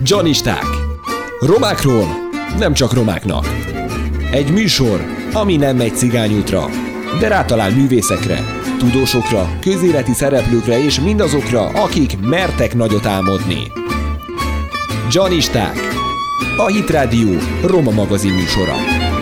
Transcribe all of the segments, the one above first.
Dzsanisták. Romákról nem csak romáknak. Egy műsor, ami nem megy cigányútra, de rátalál művészekre, tudósokra, közéleti szereplőkre és mindazokra, akik mertek nagyot álmodni. Dzsanisták. A Hit Rádió roma magazin műsora.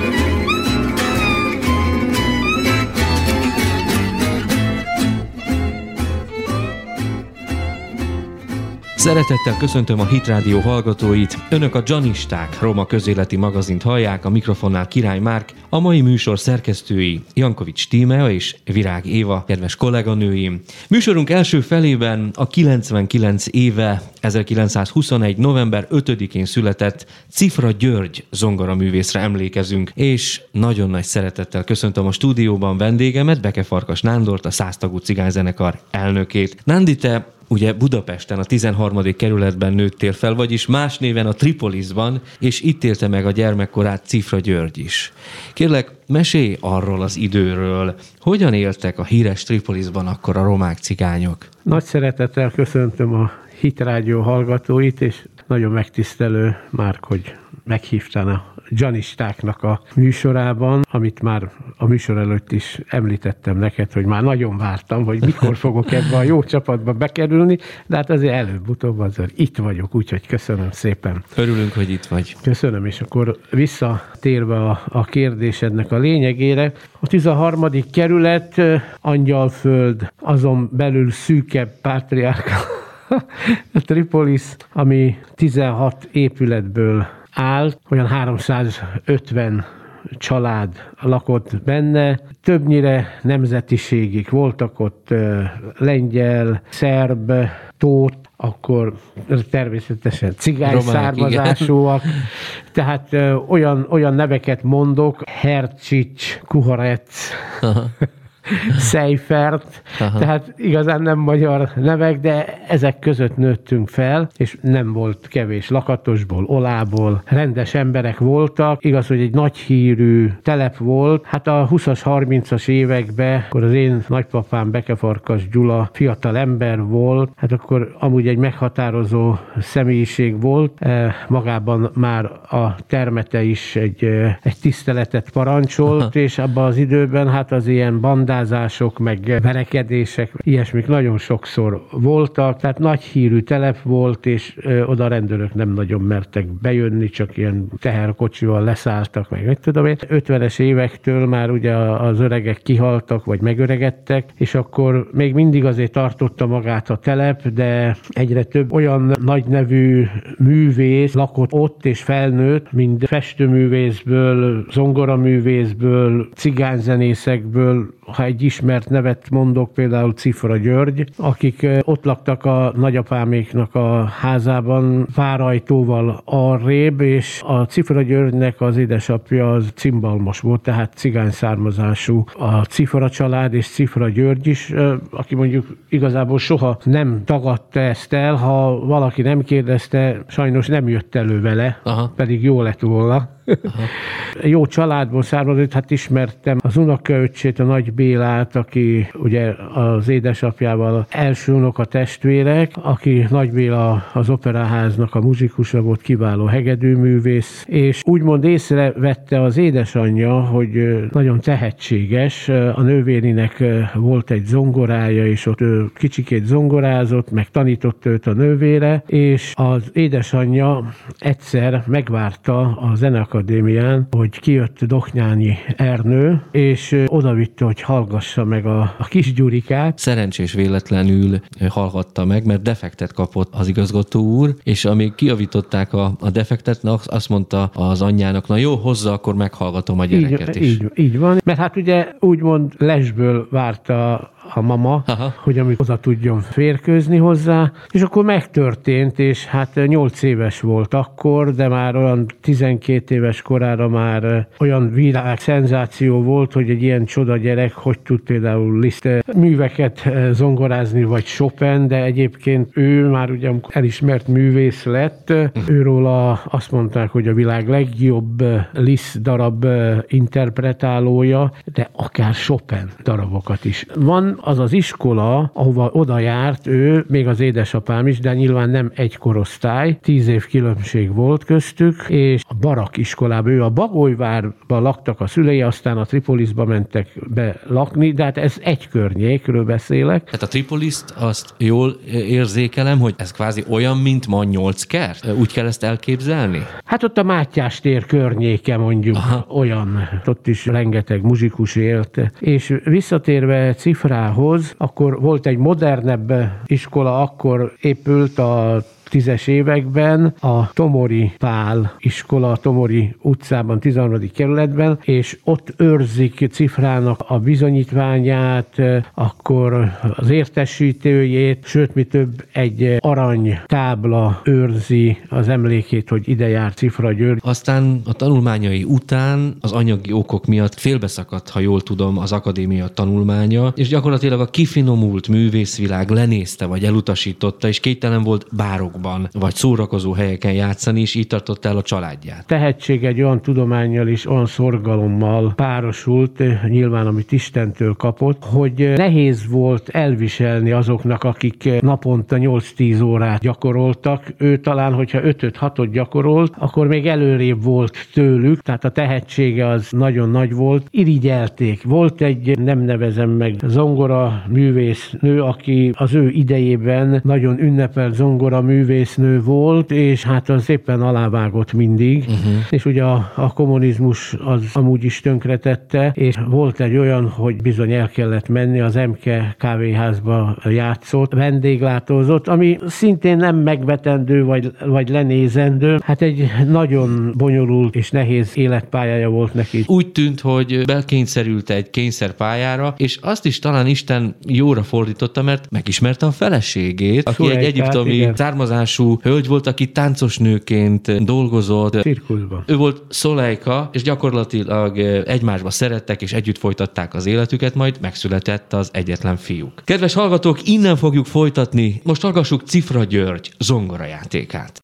Szeretettel köszöntöm a Hit Rádió hallgatóit. Önök a Dzsanisták roma közéleti magazint hallják, a mikrofonnál Király Márk, a mai műsor szerkesztői Jankovics Tímea és Virág Éva, kedves kolléganőim. Műsorunk első felében a 99 éve, 1921. november 5-én született Cifra György zongoraművészre emlékezünk, és nagyon nagy szeretettel köszöntöm a stúdióban vendégemet, Beke Farkas Nándort, a 100 tagú cigányzenekar elnökét. Nándi, te ugye Budapesten, a 13. kerületben nőttél fel, vagyis más néven a Tripolisban, és itt élte meg a gyermekkorát Cifra György is. Kérlek, mesélj arról az időről, hogyan éltek a híres Tripolisban akkor a romák, cigányok? Nagy szeretettel köszöntöm a Hit Rádió hallgatóit, és nagyon megtisztelő, Márk, hogy meghívtál a Dzsanistáknak a műsorában, amit már a műsor előtt is említettem neked, hogy már nagyon vártam, hogy mikor fogok ebbe a jó csapatba bekerülni, de hát azért előbb-utóbb azért itt vagyok, úgyhogy köszönöm szépen. Örülünk, hogy itt vagy. Köszönöm, és akkor visszatérve a kérdésednek a lényegére, a 13. kerület, Angyalföld, azon belül szűkebb pátriárka, a Tripolis, ami 16 épületből áll, olyan 350 család lakott benne, többnyire nemzetiségig voltak ott, lengyel, szerb, tót, akkor természetesen cigány származásúak. Tehát olyan neveket mondok, Hercsics, Kuharec, Seifert, tehát igazán nem magyar nevek, de ezek között nőttünk fel, és nem volt kevés lakatosból, olából, rendes emberek voltak. Igaz, hogy egy nagy hírű telep volt. Hát a 20-as, 30-as években, akkor az én nagypapám Beke Farkas Gyula fiatal ember volt, hát akkor amúgy egy meghatározó személyiség volt. Magában már a termete is egy tiszteletet parancsolt, és abban az időben hát az ilyen bandázások, meg verekedések, ilyesmik nagyon sokszor voltak, tehát nagy hírű telep volt, és oda rendőrök nem nagyon mertek bejönni, csak ilyen teherkocsival leszálltak, meg mit tudom én. 50-es évektől már ugye az öregek kihaltak, vagy megöregedtek, és akkor még mindig azért tartotta magát a telep, de egyre több olyan nagy nevű művész lakott ott és felnőtt, mind festőművészből, zongoraművészből, cigányzenészekből, ha egy ismert nevet mondok, például Cifra György, akik ott laktak a nagyapáméknak a házában várajtóval arrébb, és a Cifra Györgynek az édesapja az cimbalmos volt, tehát cigány származású a Cifra család, és Cifra György is, aki mondjuk igazából soha nem tagadta ezt el, ha valaki nem kérdezte, sajnos nem jött elő vele, pedig jó lett volna. Jó családból származott, hát ismertem az unokaöccsét, a Nagy Bélát, aki ugye az édesapjával első unoka testvérek, aki Nagy Béla az operaháznak a muzsikusa volt, kiváló hegedűművész, és úgymond észrevette az édesanyja, hogy nagyon tehetséges, a nővérinek volt egy zongorája, és ott ő kicsikét zongorázott, meg tanított őt a nővére, és az édesanyja egyszer megvárta a Zeneakadémián, hogy kijött Doknyányi Ernő, és odavitte, hogy hallgassa meg a kis Gyurikát. Szerencsés véletlenül hallgatta meg, mert defektet kapott az igazgató úr, és amíg kijavították a defektet, azt mondta az anyjának, na jó, hozza, akkor meghallgatom a gyereket is. Így van, mert hát ugye úgymond lesből várta a mama, hogy amit oda tudjon férkőzni hozzá, és akkor megtörtént, és hát 8 éves volt akkor, de már olyan 12 éves korára már olyan világ szenzáció volt, hogy egy ilyen csoda gyerek, hogy tud például Liszt műveket zongorázni, vagy Chopin, de egyébként ő már ugye elismert művész lett, őróla azt mondták, hogy a világ legjobb Liszt darab interpretálója, de akár Chopin darabokat is. Van az az iskola, ahova oda járt ő, még az édesapám is, de nyilván nem egy korosztály, 10 év különbség volt köztük, és a Barak iskolában, ő a Bagolyvárban laktak a szülei, aztán a Tripolisba mentek be lakni, de hát ez egy környékről beszélek. Tehát a Tripoliszt azt jól érzékelem, hogy ez kvázi olyan, mint ma Nyolckert? Úgy kell ezt elképzelni? Hát ott a Mátyás tér környéke mondjuk. Aha. Olyan. Ott is rengeteg muzsikus élt. És visszatérve Cifrához, akkor volt egy modernebb iskola, akkor épült a 10-es években a Tomori Pál iskola, a Tomori utcában, 13. kerületben, és ott őrzik Cifrának a bizonyítványát, akkor az értesítőjét, sőt, mi több, egy arany tábla őrzi az emlékét, hogy ide jár Cifra György. Aztán a tanulmányai után az anyagi okok miatt félbeszakadt, ha jól tudom, az akadémia tanulmánya, és gyakorlatilag a kifinomult művészvilág lenézte, vagy elutasította, és képtelen volt bárokban vagy szórakozó helyeken játszani, és így tartott el a családját. Tehetség egy olyan tudománnyal és olyan szorgalommal párosult, nyilván amit Istentől kapott, hogy nehéz volt elviselni azoknak, akik naponta 8-10 órát gyakoroltak. Ő talán, hogyha 5-6-ot gyakorolt, akkor még előrébb volt tőlük, tehát a tehetsége az nagyon nagy volt. Irigyelték. Volt egy, nem nevezem meg, zongora művésznő, aki az ő idejében nagyon ünnepelt zongora művésznő volt, és hát az éppen alávágott mindig, és ugye a kommunizmus az amúgy is tönkretette, és volt egy olyan, hogy bizony el kellett menni, az MK kávéházba játszott, vendéglátózott, ami szintén nem megvetendő, vagy lenézendő, hát egy nagyon bonyolult és nehéz életpályája volt neki. Úgy tűnt, hogy belkényszerült egy kényszerpályára, és azt is talán Isten jóra fordította, mert megismerte a feleségét, aki egy egyiptomi származású hölgy volt, aki táncosnőként dolgozott. Cirkuszban. Ő volt Szolejka, és gyakorlatilag egymásba szerettek, és együtt folytatták az életüket, majd megszületett az egyetlen fiúk. Kedves hallgatók, innen fogjuk folytatni. Most hallgassuk Cifra György zongorajátékát.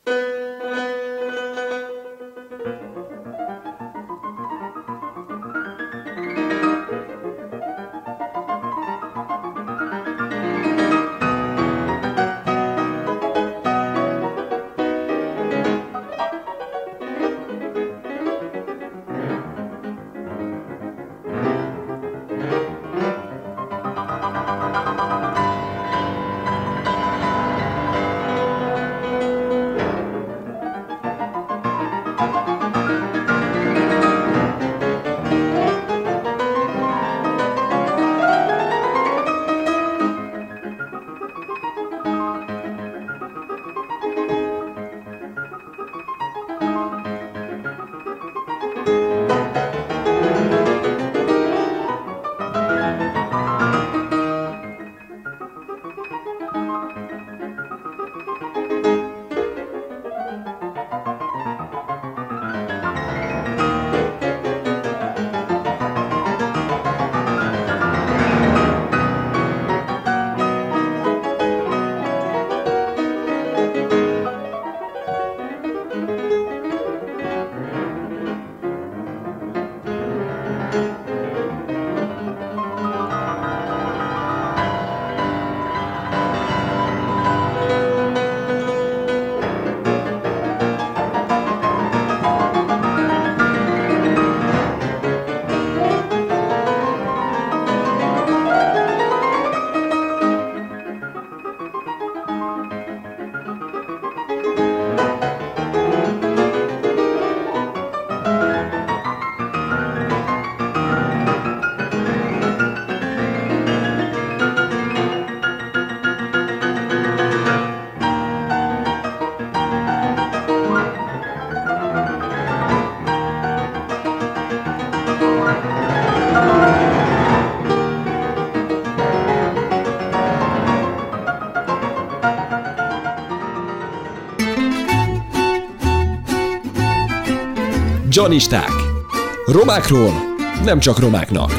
Janisták. Romákról nem csak romáknak.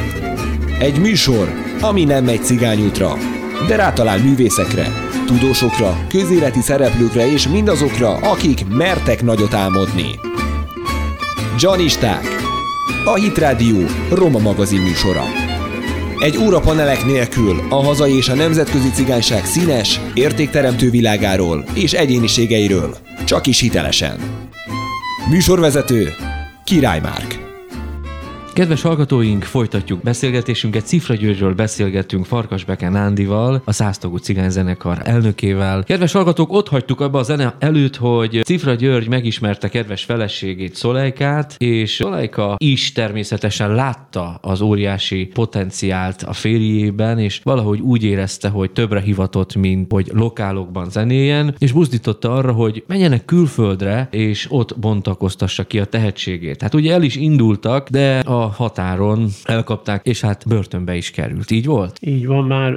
Egy műsor, ami nem megy cigányútra, de rátalál művészekre, tudósokra, közéleti szereplőkre és mindazokra, akik mertek nagyot álmodni. Janisták. A Hit Rádió roma magazin műsora. Egy órapanelek nélkül a hazai és a nemzetközi cigányság színes, értékteremtő világáról és egyéniségeiről. Csak is hitelesen. Műsorvezető Király Márk. Kedves hallgatóink, folytatjuk beszélgetésünket. Cifra Györgyről beszélgettünk Farkasbeke Nándival, a Száztagú Cigányzenekar elnökével. Kedves hallgatók, ott hagytuk abba a zene előtt, hogy Cifra György megismerte kedves feleségét, Szolejkát, és Szolejka is természetesen látta az óriási potenciált a férjében, és valahogy úgy érezte, hogy többre hivatott, mint hogy lokálokban zenéljen, és buzdította arra, hogy menjenek külföldre, és ott bontakoztassa ki a tehetségét. Hát ugye el is indultak, de a határon elkapták, és hát börtönbe is került. Így volt? Így van, már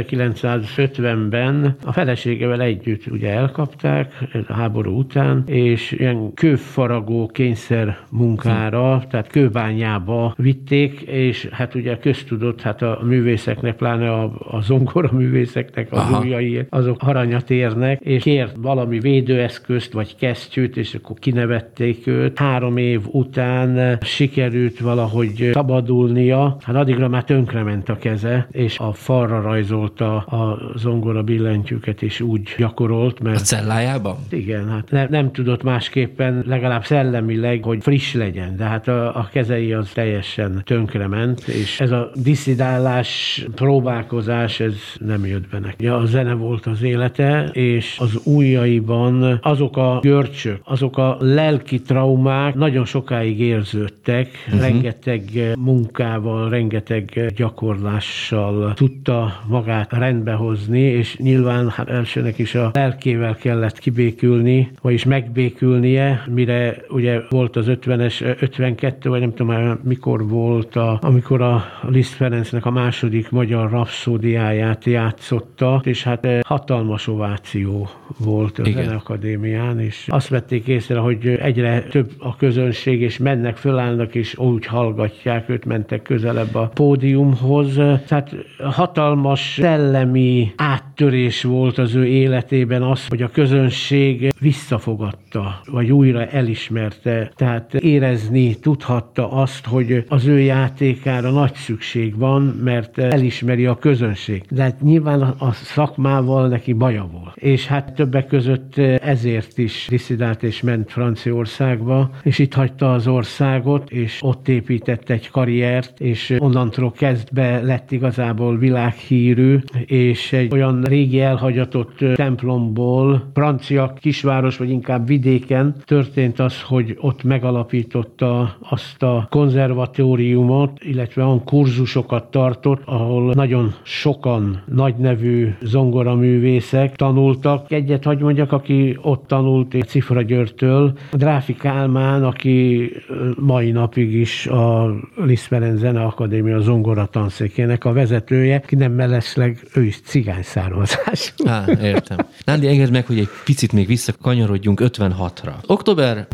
1950-ben a feleségevel együtt ugye elkapták a háború után, és ilyen kőfaragó kényszer munkára, tehát kőbányába vitték, és hát ugye köztudott, hát a művészeknek, pláne a zongora művészeknek az ujjai, azok aranyat érnek, és kért valami védőeszközt, vagy kesztyűt, és akkor kinevették őt. 3 év után sikerült valahogy szabadulnia, hát addigra már tönkrement a keze, és a falra rajzolta a zongora billentyűket, és úgy gyakorolt, mert... A cellájában? Igen, hát nem tudott másképpen, legalább szellemileg, hogy friss legyen, de hát a kezei az teljesen tönkrement, és ez a disszidálás, próbálkozás, ez nem jött be neki. A zene volt az élete, és az ujjaiban azok a görcsök, azok a lelki traumák nagyon sokáig érződtek, rengeteg munkával, rengeteg gyakorlással tudta magát rendbehozni, és nyilván hát elsőnek is a lelkével kellett kibékülni, vagyis megbékülnie, mire ugye volt az 50-es, 52, vagy nem tudom már mikor volt, amikor a Liszt Ferencnek a második magyar rapszódiáját játszotta, és hát hatalmas ováció volt a Zeneakadémián, és azt vették észre, hogy egyre több a közönség, és mennek, fölállnak, és úgy hallgatják őt, mentek közelebb a pódiumhoz. Tehát hatalmas szellemi áttörés volt az ő életében az, hogy a közönség visszafogadta, vagy újra elismerte. Tehát érezni tudhatta azt, hogy az ő játékára nagy szükség van, mert elismeri a közönség. De hát nyilván a szakmával neki baja volt. És hát többek között ezért is disszidált és ment Franciaországba, és itt hagyta az országot, és ott épített egy karriert, és onnantól kezdve lett igazából világhírű, és egy olyan régi elhagyatott templomból, francia kisváros, vagy inkább vidéken történt az, hogy ott megalapította azt a konzervatóriumot, illetve olyan kurzusokat tartott, ahol nagyon sokan nagynevű zongoraművészek tanultak. Egyet hagy mondjak, aki ott tanult Cifra Györgytől, Dráfi Kálmán, aki mai napig is a Liszt Ferenc Zeneakadémia zongora tanszékének a vezetője, ki nem mellesleg ő is cigány származású. Értem. Nándi, engedd meg, hogy egy picit még visszakanyarodjunk 56-ra. Október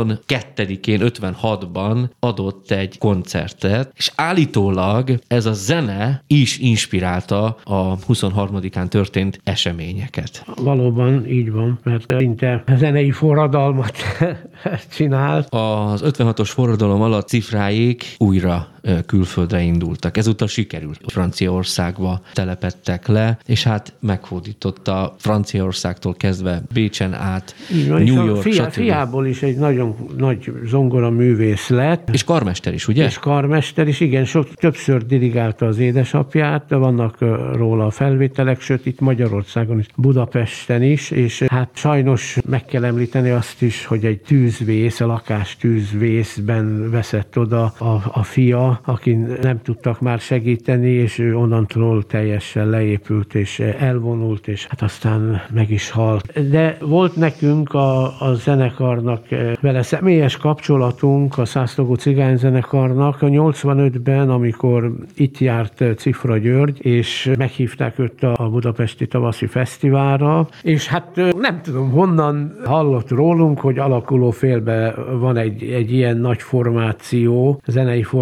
22-én 56-ban adott egy koncertet, és állítólag ez a zene is inspirálta a 23-án történt eseményeket. Valóban így van, mert szinte zenei forradalmat csinál. Az 56-os forradalom alatt Cifráék újra külföldre indultak. Ezúttal sikerült. Franciaországba telepedtek le, és hát meghódította Franciaországtól kezdve Bécsen át, New York, stb. Fiából is egy nagyon nagy zongoraművész lett. És karmester is, ugye? És karmester is, igen, többször dirigálta az édesapját, vannak róla felvételek, sőt itt Magyarországon is, Budapesten is, és hát sajnos meg kell említeni azt is, hogy egy tűzvész, a lakás tűzvészben veszett oda a fia, aki nem tudtak már segíteni, és ő onnantól teljesen leépült, és elvonult, és hát aztán meg is halt. De volt nekünk a zenekarnak vele személyes kapcsolatunk, a Száztagú Cigányzenekarnak a 85-ben, amikor itt járt Cifra György, és meghívták őt a Budapesti Tavaszi Fesztiválra, és hát nem tudom, honnan hallott rólunk, hogy alakuló félbe van egy ilyen nagy formáció, zenei formáció,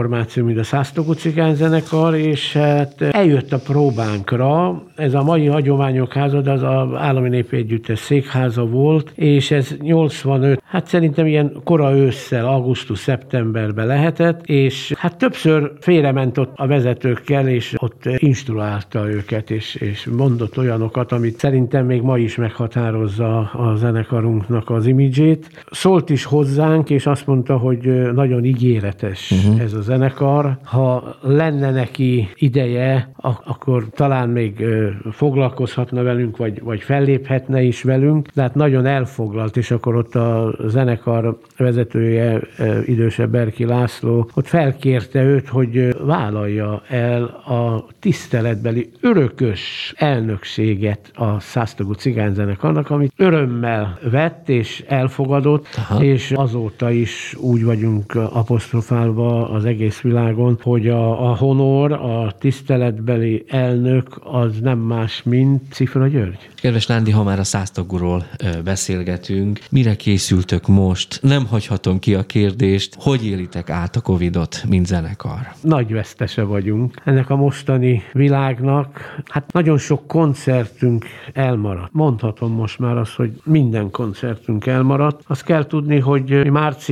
vezető, mint a Szásztogó cigányzenekar, és hát eljött a próbánkra. Ez a mai Hagyományok Háza, de az Állami Népi Együttes székháza volt, és ez 85, hát szerintem ilyen kora ősszel, augusztus-szeptemberben lehetett, és hát többször félrement ott a vezetőkkel, és ott instruálta őket, és mondott olyanokat, amit szerintem még ma is meghatározza a zenekarunknak az imidzsét. Szólt is hozzánk, és azt mondta, hogy nagyon ígéretes ez a zenekar. Ha lenne neki ideje, akkor talán még foglalkozhatna velünk, vagy felléphetne is velünk, de hát nagyon elfoglalt, és akkor ott a zenekar vezetője, idősebb Berki László, ott felkérte őt, hogy vállalja el a tiszteletbeli örökös elnökséget a Szásztogó cigányzenekarnak, amit örömmel vett és elfogadott, és azóta is úgy vagyunk apostrofálva az egész világon, hogy a honor, a tiszteletbeli elnök az nem más, mint Cifra György. Kedves Nándi, ha már a Szásztogóról beszélgetünk, mire készültök most? Nem hagyhatom ki a kérdést, hogy élitek át a Covid-ot, mint zenekar? Nagy vesztese vagyunk ennek a mostani világnak. Hát nagyon sok koncertünk elmaradt. Mondhatom most már azt, hogy minden koncertünk elmaradt. Azt kell tudni, hogy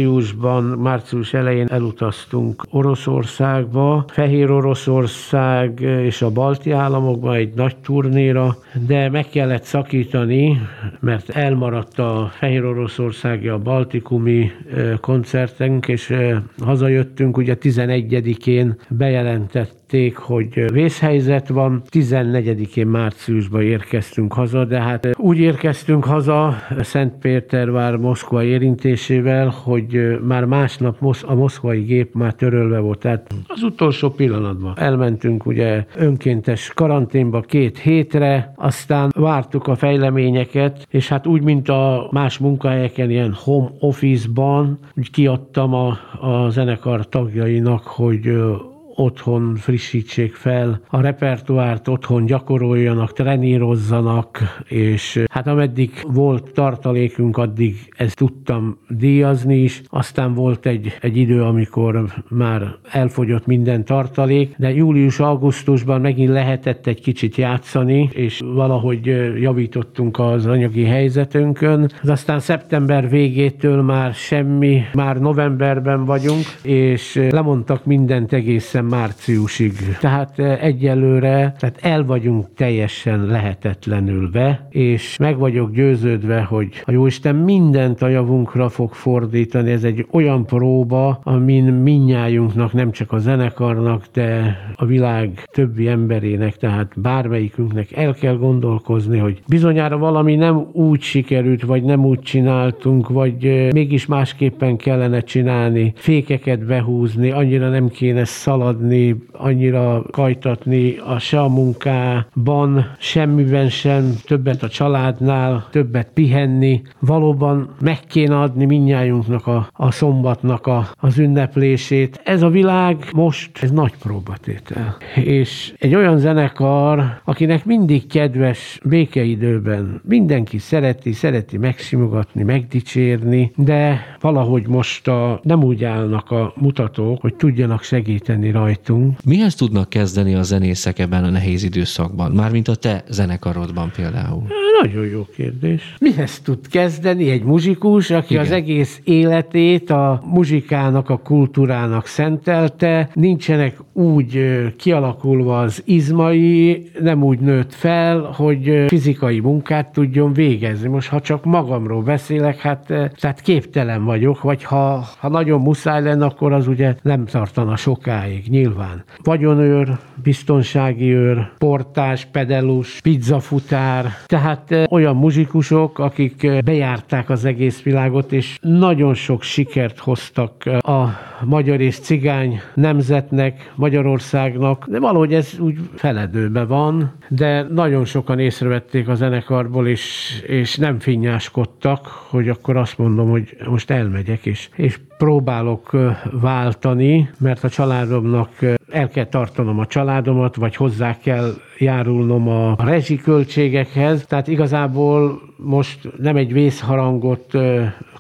március elején elutaztunk Oroszországba, Fehér Oroszország és a balti államokba egy nagy turnéra, de meg kellett szakítani, mert elmaradt a Fehér Oroszországi, a baltikumi koncertünk, és hazajöttünk, ugye 11-én bejelentették, hogy vészhelyzet van, 14-én márciusban érkeztünk haza, de hát úgy érkeztünk haza Szentpétervár Moszkva érintésével, hogy már másnap a moszkvai gép már törölve volt, tehát az utolsó pillanatban elmentünk ugye önkéntes karanténba 2 hétre, aztán vártuk a fejleményeket, és hát úgy, mint a más munkahelyeken, ilyen home office-ban, úgy kiadtam a zenekar tagjainak, hogy otthon frissítsék fel a repertoárt, otthon gyakoroljanak, trenírozzanak, és hát ameddig volt tartalékunk, addig ezt tudtam díjazni is. Aztán volt egy idő, amikor már elfogyott minden tartalék, de július-augusztusban megint lehetett egy kicsit játszani, és valahogy javítottunk az anyagi helyzetünkön. Aztán szeptember végétől már semmi, már novemberben vagyunk, és lemondtak mindent egészen márciusig. Tehát egyelőre el vagyunk teljesen lehetetlenülve, és meg vagyok győződve, hogy a Jóisten mindent a javunkra fog fordítani. Ez egy olyan próba, amin mindnyájunknak, nem csak a zenekarnak, de a világ többi emberének, tehát bármelyikünknek el kell gondolkozni, hogy bizonyára valami nem úgy sikerült, vagy nem úgy csináltunk, vagy mégis másképpen kellene csinálni, fékeket behúzni, annyira nem kéne szaladni, annyira kajtatni se a munkában, semmiben sem, többet a családnál, többet pihenni. Valóban meg kéne adni mindnyájunknak a szombatnak az ünneplését. Ez a világ most, ez nagy próbatétel. És egy olyan zenekar, akinek mindig kedves békeidőben, mindenki szereti megsimogatni, megdicsérni, de valahogy most nem úgy állnak a mutatók, hogy tudjanak segíteni rajtunk. Mihez tudnak kezdeni a zenészek ebben a nehéz időszakban? Mármint a te zenekarodban például. Nagyon jó kérdés. Mihez tud kezdeni egy muzsikus, aki az egész életét a muzsikának, a kultúrának szentelte, nincsenek úgy kialakulva az izmai, nem úgy nőtt fel, hogy fizikai munkát tudjon végezni. Most ha csak magamról beszélek, hát tehát képtelen vagyok, vagy ha nagyon muszáj lenne, akkor az ugye nem tartana sokáig, nyilván. Vagyonőr, biztonsági őr, portás, pedellus, pizzafutár, tehát olyan muzsikusok, akik bejárták az egész világot, és nagyon sok sikert hoztak a magyar és cigány nemzetnek, Magyarországnak, de valahogy ez úgy feledőben van, de nagyon sokan észrevették a zenekarból, és nem finnyáskodtak, hogy akkor azt mondom, hogy most elmegyek, és próbálok váltani, mert a családomnak el kell tartanom a családomat, vagy hozzá kell járulnom a rezsiköltségekhez. Tehát igazából most nem egy vészharangot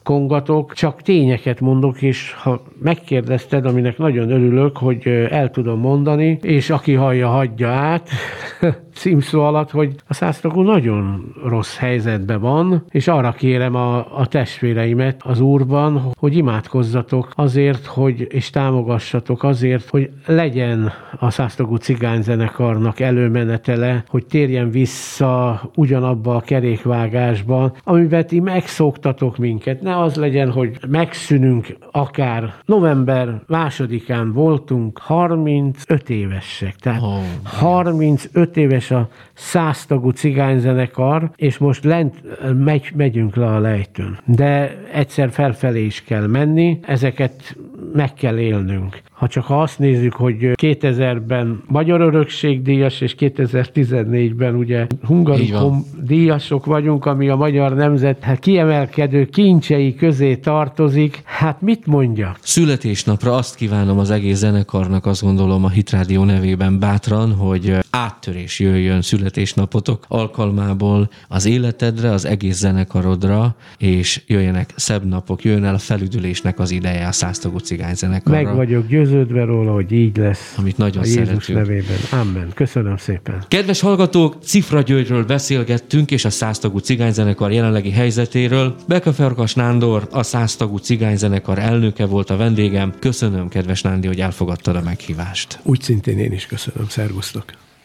kongatok, csak tényeket mondok, és ha megkérdezted, aminek nagyon örülök, hogy el tudom mondani, és aki hallja, hagyja át, címszó alatt, hogy a Szásztagú nagyon rossz helyzetben van, és arra kérem a testvéreimet az Úrban, hogy imádkozzatok azért, hogy, és támogassatok azért, hogy legyen a Szásztagú cigányzenekarnak előmenetele, hogy térjen vissza ugyanabba a kerékvágásba, amiben ti megszoktatok minket. Ne az legyen, hogy megszűnünk, akár november 2-án voltunk 35 évesek. Tehát 35 éves a 100 tagú cigányzenekar, és most lent megyünk le a lejtőn. De egyszer felfelé is kell menni, ezeket meg kell élnünk. Ha csak azt nézzük, hogy 2000-ben Magyar Örökségdíjas, és 2014-ben ugye Hungarikum díjasok vagyunk, ami a magyar nemzet kiemelkedő kincsei közé tartozik, hát mit mondjak? Születésnapra azt kívánom az egész zenekarnak, azt gondolom a Hit Rádió nevében bátran, hogy áttörés jöjjön születésnapotok alkalmából az életedre, az egész zenekarodra, és jöjjenek szebb napok, jöjjön el a felüdülésnek az ideje a 100 tagú cigányzenekarra. Meg vagyok győződve róla, hogy így lesz. Amit nagyon a Jézus szeretünk. nevében. Amen. Köszönöm szépen. Kedves hallgatók, Cifra Györgyről beszélgettünk, és a 100 tagú cigányzenekar jelenlegi helyzetéről. Beka Farkas Nándor, a 100 tagú cigányzenekar elnöke volt a vendégem. Köszönöm, kedves Nándi, hogy elfogadtad a meghívást. Úgy szintén én is köszönöm. Szervusztok.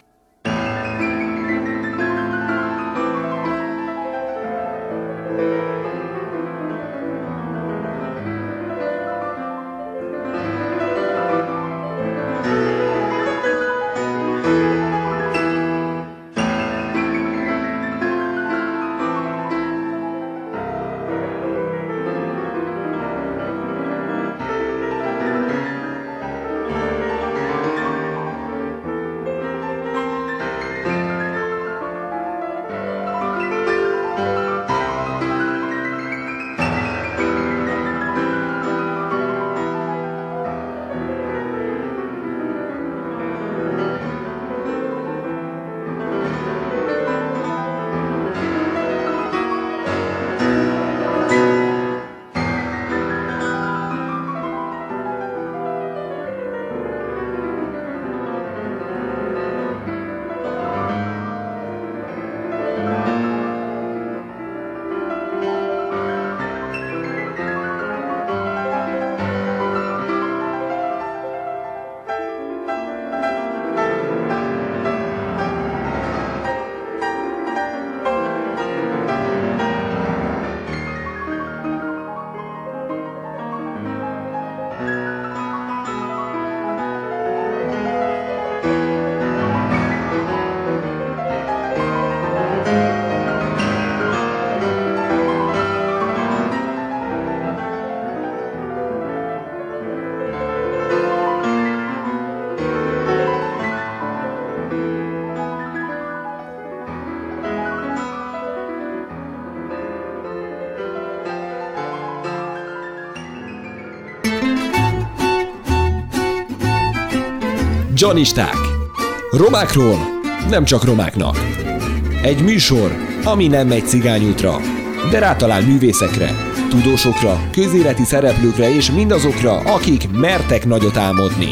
Dzsanisták. Romákról nem csak romáknak. Egy műsor, ami nem megy cigányútra, de rátalál művészekre, tudósokra, közéleti szereplőkre és mindazokra, akik mertek nagyot álmodni.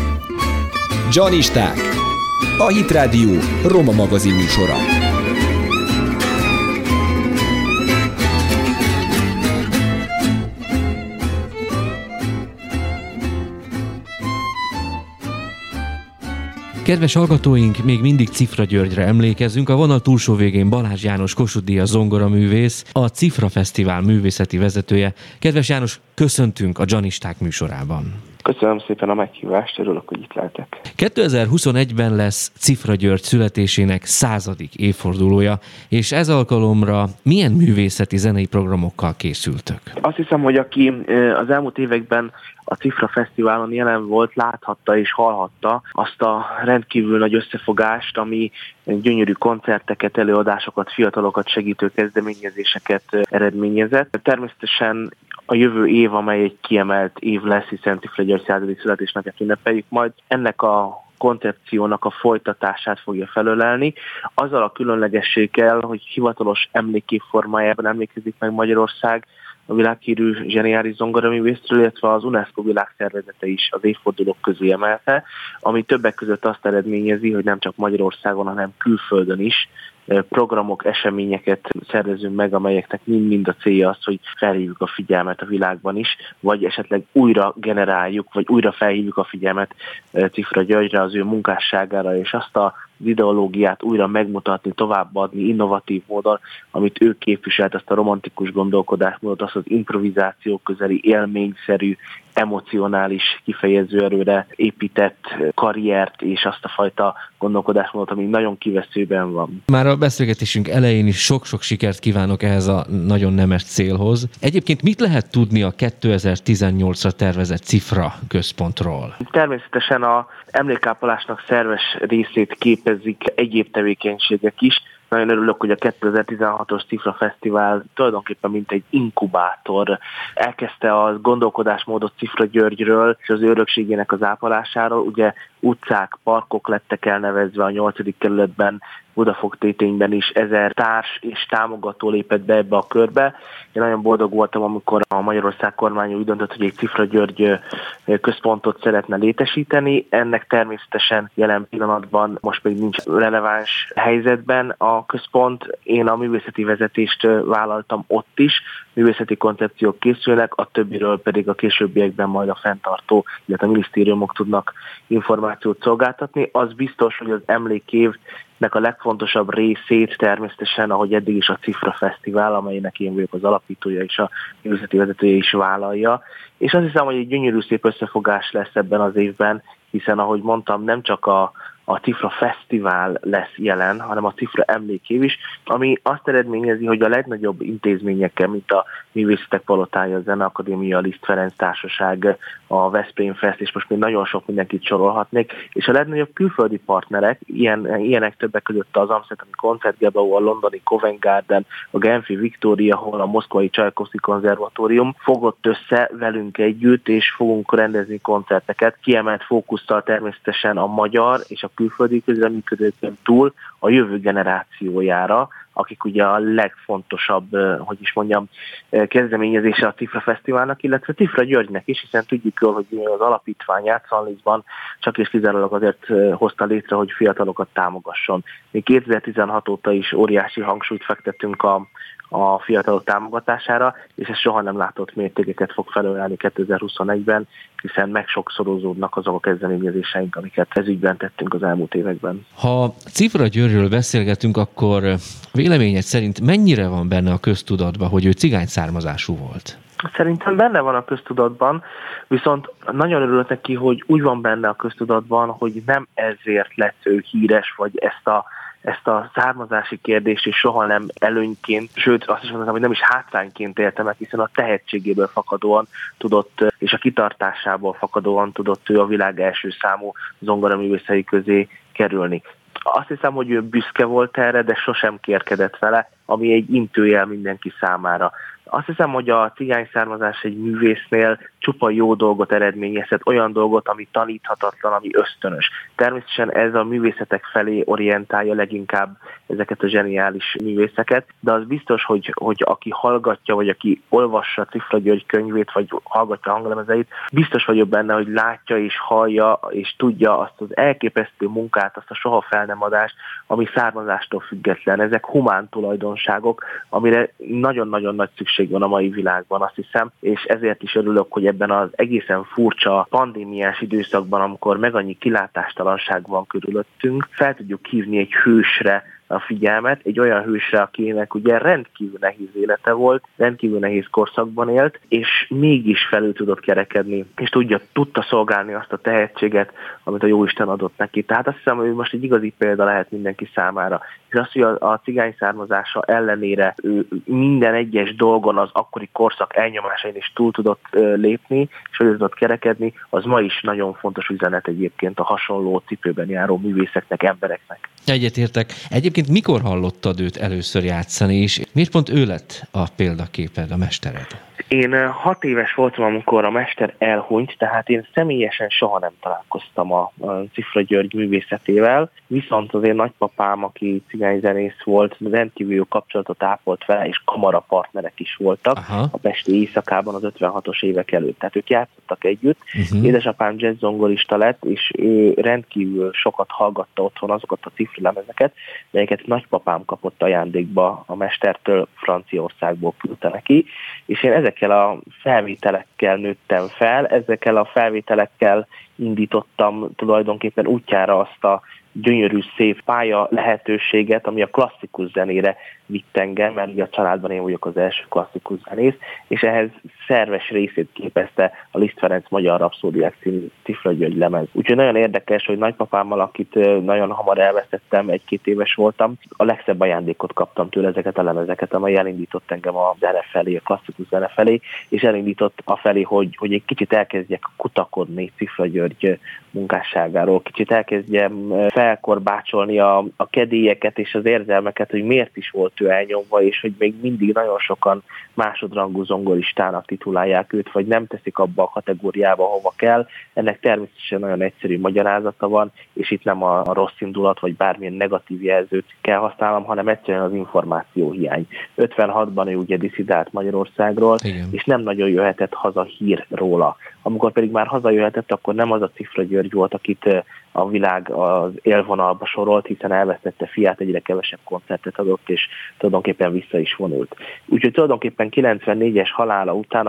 Dzsanisták. A Hit Rádió roma magazin műsora. Kedves hallgatóink, még mindig Cifra Györgyre emlékezünk. A vonal túlsó végén Balázs János Kossuth Díjas zongoraművész, a Cifra Fesztivál művészeti vezetője. Kedves János, köszöntünk a Dzsanisták műsorában. Köszönöm szépen a meghívást, örülök, hogy itt lehetek. 2021-ben lesz Cifra György születésének 100. évfordulója, és ez alkalomra milyen művészeti zenei programokkal készültök? Azt hiszem, hogy aki az elmúlt években a Cifra Fesztiválon jelen volt, láthatta és hallhatta azt a rendkívül nagy összefogást, ami gyönyörű koncerteket, előadásokat, fiatalokat segítő kezdeményezéseket eredményezett. Természetesen a jövő év, amely egy kiemelt év lesz, hiszen Cifra György 100. születésnapját ünnepeljük majd, ennek a koncepciónak a folytatását fogja felölelni. Azzal a különlegességgel, hogy hivatalos emlékév formájában emlékezik meg Magyarország a világhírű zseniális zongoraművészről, illetve az UNESCO világszervezete is az évfordulók közé emelte, ami többek között azt eredményezi, hogy nem csak Magyarországon, hanem külföldön is programok, eseményeket szervezünk meg, amelyeknek mind a célja az, hogy felhívjuk a figyelmet a világban is, vagy esetleg újra generáljuk, vagy újra felhívjuk a figyelmet Cifra Györgyre, az ő munkásságára, és azt az ideológiát újra megmutatni, továbbadni innovatív módon, amit ő képviselt, azt a romantikus gondolkodásmódot, azt az improvizáció közeli, élményszerű, emocionális kifejező erőre épített karriert, és azt a fajta gondolkodásmódot, ami nagyon kiveszőben van. Már a beszélgetésünk elején is sok-sok sikert kívánok ehhez a nagyon nemes célhoz. Egyébként mit lehet tudni a 2018-ra tervezett Cifra központról? Természetesen az emlékápolásnak szerves részét képezik egyéb tevékenységek is. Nagyon örülök, hogy a 2016-os Cifra Fesztivál tulajdonképpen mint egy inkubátor elkezdte a gondolkodásmódot Cifra Györgyről és az ő örökségének az ápolásáról. Ugye utcák, parkok lettek elnevezve a 8. kerületben, Budafok-Tétényben is 1000 társ és támogató lépett be ebbe a körbe. Én nagyon boldog voltam, amikor a Magyarország kormány úgy döntött, hogy egy Cifra György központot szeretne létesíteni. Ennek természetesen jelen pillanatban most még nincs releváns helyzetben a központ. Én a művészeti vezetést vállaltam ott is, művészeti koncepciók készülnek, a többiről pedig a későbbiekben majd a fenntartó, illetve a minisztériumok tudnak információt szolgáltatni. Az biztos, hogy az emlékévnek a legfontosabb részét természetesen, ahogy eddig is a Cifra Fesztivál, amelynek én vagyok az alapítója és a művészeti vezetője is vállalja. És azt hiszem, hogy egy gyönyörű szép összefogás lesz ebben az évben, hiszen ahogy mondtam, nem csak a Cifra Fesztivál lesz jelen, hanem a Cifra emlékév is, ami azt eredményezi, hogy a legnagyobb intézményekkel, mint a Művészetek Palotája, a Zeneakadémia, a Liszt Ferenc Társaság, a Veszprém Fest, és most még nagyon sok mindenkit sorolhatnék, és a legnagyobb külföldi partnerek, ilyenek többek között az Amsterdami Koncertgebouw, a londoni Covent Garden, a Genfi Victoria Hall, a moszkvai Csajkovszky Konzervatórium fogott össze velünk együtt, és fogunk rendezni koncerteket. Kiemelt fókusszal természetesen a magyar és a külföldi közreműködőkön túl a jövő generációjára, akik ugye a legfontosabb, kezdeményezése a Cifra Fesztiválnak, illetve Cifra Györgynek is, hiszen tudjuk jól, hogy az alapítványát Szanliszban csak és kizárólag azért hozta létre, hogy fiatalokat támogasson. Mi 2016 óta is óriási hangsúlyt fektettünk a fiatalok támogatására, és ez soha nem látott mértékeket fog felölelni 2021-ben, hiszen megsokszorozódnak azok a kezdeményezéseink, amiket ez ügyben tettünk az elmúlt években. Ha Cifra Györgyről beszélgetünk, akkor véleményed szerint mennyire van benne a köztudatban, hogy ő cigány származású volt? Szerintem benne van a köztudatban, viszont nagyon örülök neki, hogy úgy van benne a köztudatban, hogy nem ezért lett ő híres, vagy ezt a származási kérdést is soha nem előnyként, sőt azt is mondom, hogy nem is hátrányként élte meg, hiszen a tehetségéből fakadóan tudott, és a kitartásából fakadóan tudott ő a világ első számú zongoraművészei közé kerülni. Azt hiszem, hogy ő büszke volt erre, de sosem kérkedett vele, ami egy intőjel mindenki számára. Azt hiszem, hogy a cigány származás egy művésznél csupa jó dolgot eredményezhet, olyan dolgot, ami taníthatatlan, ami ösztönös. Természetesen ez a művészetek felé orientálja leginkább ezeket a zseniális művészeket, de az biztos, hogy aki hallgatja, vagy aki olvassa Cifra György könyvét, vagy hallgatja hanglemezeit, biztos vagyok benne, hogy látja és hallja, és tudja azt az elképesztő munkát, azt a soha fel nem adást, ami származástól független. Ezek humán tulajdonságok, amire nagyon-nagyon nagy szükség van a mai világban, azt hiszem, és ezért is örülök, hogy ebben az egészen furcsa pandémiás időszakban, amikor meg annyi kilátástalanság van körülöttünk, fel tudjuk hívni egy hősre a figyelmet, egy olyan hősre, akinek ugye rendkívül nehéz élete volt, rendkívül nehéz korszakban élt, és mégis felül tudott kerekedni, és tudta szolgálni azt a tehetséget, amit a Jóisten adott neki. Tehát azt hiszem, hogy most egy igazi példa lehet mindenki számára. És az, hogy a cigány származása ellenére ő minden egyes dolgon az akkori korszak elnyomásain is túl tudott lépni, és felül tudott kerekedni, az ma is nagyon fontos üzenet egyébként a hasonló cipőben járó művészeknek, embereknek. Egyetértek. Egyébként mikor hallottad őt először játszani, és miért pont ő lett a példaképed, a mestered? Én 6 éves voltam, amikor a mester elhunyt, tehát én személyesen soha nem találkoztam a Cifra György művészetével, viszont az én nagypapám, aki cigányzenész volt, rendkívül jó kapcsolatot ápolt vele, és kamarapartnerek is voltak. Aha. A pesti éjszakában az 56-os évek előtt. Tehát ők játszottak együtt. Édesapám jazz zongorista lett, és ő rendkívül sokat hallgatta otthon azokat a cifralemezeket, melyeket nagypapám kapott ajándékba a mestertől, Franciaországból küldte neki, és én ezekkel a felvételekkel nőttem fel, ezekkel a felvételekkel indítottam tulajdonképpen útjára azt a gyönyörű, szép pálya lehetőséget, ami a klasszikus zenére vitt engem, mert ugye a családban én vagyok az első klasszikus zenész, és ehhez szerves részét képezte a Liszt Ferenc Magyar Rapszódiák című Cifra György lemez. Úgyhogy nagyon érdekes, hogy nagypapámmal, akit nagyon hamar elvesztettem, 1-2 éves voltam, a legszebb ajándékot kaptam tőle, ezeket a lemezeket, amely elindított engem a zene felé, a klasszikus zene felé, és elindított afelé, hogy egy kicsit elkezdjek kutakodni Cifra György munkásságáról, kicsit elkezdjem felkorbácsolni a kedélyeket és az érzelmeket, hogy miért is volt ő elnyomva, és hogy még mindig nagyon sokan másodrangú zongoristának titulálják őt, vagy nem teszik abba a kategóriába, hova kell. Ennek természetesen nagyon egyszerű magyarázata van, és itt nem a rossz indulat, vagy bármilyen negatív jelzőt kell használnom, hanem egyszerűen az információhiány. 56-ban ő ugye disszidált Magyarországról, igen, és nem nagyon jöhetett haza hír róla. Amikor pedig már hazajöhetett, akkor nem az a Cifra György volt, akit a világ az élvonalba sorolt, hiszen elvesztette fiát, egyre kevesebb koncertet adott, és tulajdonképpen vissza is vonult. Úgyhogy tulajdonképpen 94-es halála után a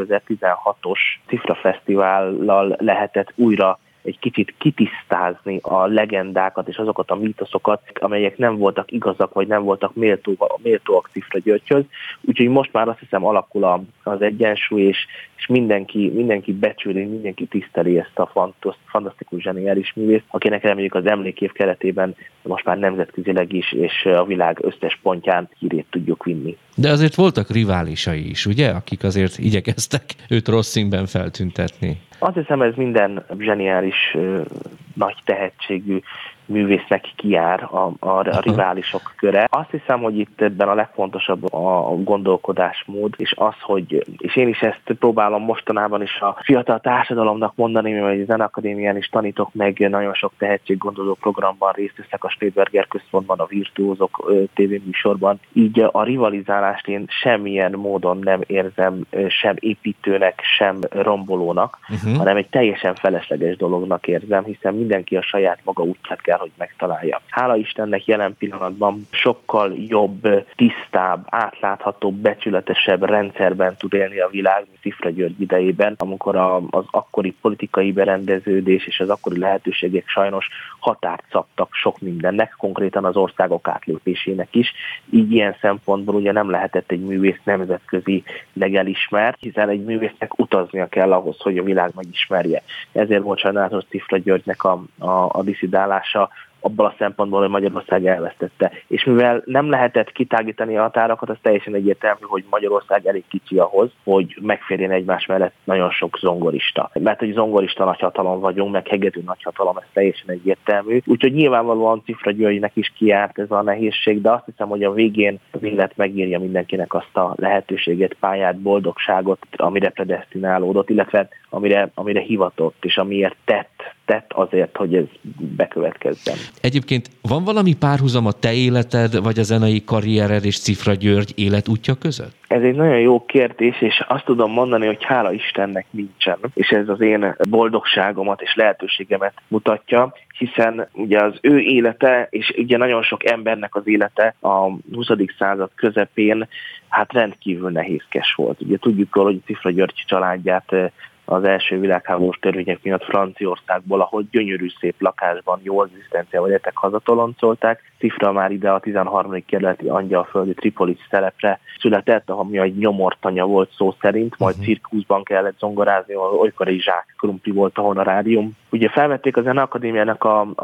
2016-os Cifra Fesztivállal lehetett újra egy kicsit kitisztázni a legendákat és azokat a mítoszokat, amelyek nem voltak igazak, vagy nem voltak méltóak Cifra Györgyhöz. Úgyhogy most már azt hiszem alakul az egyensúly, és mindenki becsüli, mindenki tiszteli ezt a fantasztikus zseniális művészt, akinek reméljük az emlékév keretében most már nemzetközileg is, és a világ összes pontján hírét tudjuk vinni. De azért voltak riválisai is, ugye? Akik azért igyekeztek őt rossz színben feltüntetni. Azt hiszem, ez minden zseniális, nagy tehetségű művésznek kijár a riválisok köre. Azt hiszem, hogy itt ebben a legfontosabb a gondolkodásmód, és az, és én is ezt próbálom mostanában is a fiatal társadalomnak mondani, mert a Zeneakadémián is tanítok meg, nagyon sok tehetséggondoló programban részt veszek, a Spätberger Központban, a Virtuózok tévéműsorban. Így a rivalizálást én semmilyen módon nem érzem sem építőnek, sem rombolónak, hanem egy teljesen felesleges dolognak érzem, hiszen mindenki a saját maga útját kell, hogy megtalálja. Hála Istennek jelen pillanatban sokkal jobb, tisztább, átláthatóbb, becsületesebb rendszerben tud élni a világ, Cifra György idejében, amikor az akkori politikai berendeződés és az akkori lehetőségek sajnos határt szabtak sok mindennek, konkrétan az országok átlépésének is. Így ilyen szempontból ugye nem lehetett egy művész nemzetközileg elismert, hiszen egy művésznek utaznia kell ahhoz, hogy a világ megismerje. Ezért volt sajnálatos Cifra Györgynek a disszidálása, abban a szempontból, hogy Magyarország elvesztette. És mivel nem lehetett kitágítani a határokat, az teljesen egyértelmű, hogy Magyarország elég kicsi ahhoz, hogy megférjen egymás mellett nagyon sok zongorista. Mert hogy zongorista nagyhatalom vagyunk, meg hegedű nagyhatalom, ez teljesen egyértelmű. Úgyhogy nyilvánvalóan Cifra Györgynek is kijárt ez a nehézség, de azt hiszem, hogy a végén az élet megírja mindenkinek azt a lehetőséget, pályát, boldogságot, amire predesztinálódott, illetve amire hivatott, és amiért tett azért, hogy ez bekövetkezzen. Egyébként van valami párhuzam a te életed, vagy a zenei karriered és Cifra György életútja között? Ez egy nagyon jó kérdés, és azt tudom mondani, hogy hála Istennek nincsen, és ez az én boldogságomat és lehetőségemet mutatja, hiszen ugye az ő élete, és ugye nagyon sok embernek az élete a 20. század közepén hát rendkívül nehézkes volt. Ugye tudjuk, hogy Cifra György családját az első világháborús törvények miatt Franciaországból, ahol gyönyörű szép lakásban jó egzisztenciával éltek, hazatoloncolták. Cifra már ide a 13. kerületi Angyalföldi Tripolis szerepre született, ami egy nyomortanya volt szó szerint, majd cirkuszban kellett zongorázni, ahol olykor egy zsák krumpli volt a honorárium. Ugye felvették a Zeneakadémiának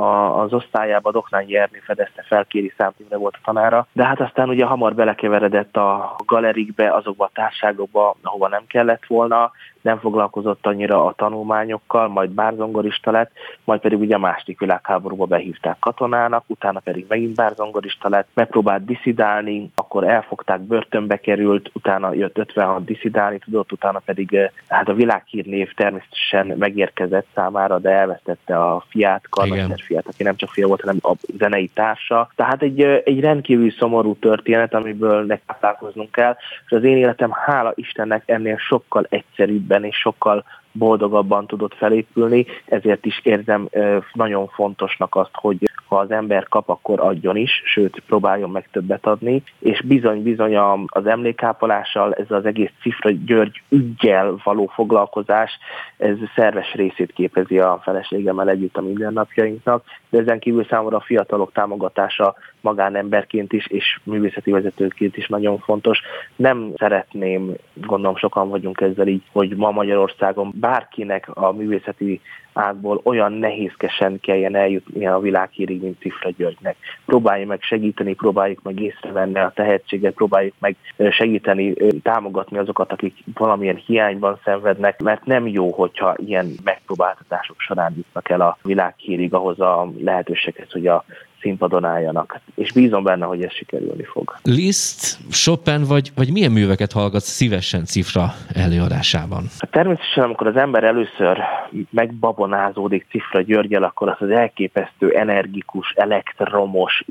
az osztályába, Doknányi Ernő fedezte fel, Kéri Számtimre volt a tanára, de hát aztán ugye hamar belekeveredett a galerikbe, azokba a társágokba, ahova nem kellett volna, nem foglalkozott annyira a tanulmányokkal, majd bárzongorista lett, majd pedig ugye a második világháborúba behívták katonának, utána pedig megint bár zongorista lett, megpróbált diszidálni, akkor elfogták, börtönbe került, utána jött 56 diszidálni tudott, utána pedig hát a világhírnév természetesen megérkezett számára, de elvesztette a fiát, karmester fiát, aki nem csak fia volt, hanem a zenei társa. Tehát egy rendkívül szomorú történet, amiből táplálkoznunk kell, és az én életem, hála Istennek, ennél sokkal egyszerűbben és sokkal boldogabban tudott felépülni, ezért is érzem nagyon fontosnak azt, hogy ha az ember kap, akkor adjon is, sőt, próbáljon meg többet adni, és bizony az emlékápolással, ez az egész Cifra György üggyel való foglalkozás, ez szerves részét képezi a feleségemmel együtt a mindennapjainknak, de ezen kívül számomra a fiatalok támogatása magánemberként is, és művészeti vezetőként is nagyon fontos. Nem szeretném, gondolom sokan vagyunk ezzel így, hogy ma Magyarországon bárkinek a művészeti ágból olyan nehézkesen kelljen eljutni a világhírig, mint Cifra Györgynek. Próbáljuk meg segíteni, próbáljuk meg észrevenni a tehetséget, próbáljuk meg segíteni, támogatni azokat, akik valamilyen hiányban szenvednek, mert nem jó, hogyha ilyen megpróbáltatások során jutnak el a világhírig ahhoz a lehetőséghez, hogy a színpadon álljanak. És bízom benne, hogy ez sikerülni fog. Liszt, Chopin vagy milyen műveket hallgatsz szívesen Cifra előadásában? Természetesen, amikor az ember először megbabonázódik Cifra Györggyel, akkor az elképesztő, energikus, elektromos,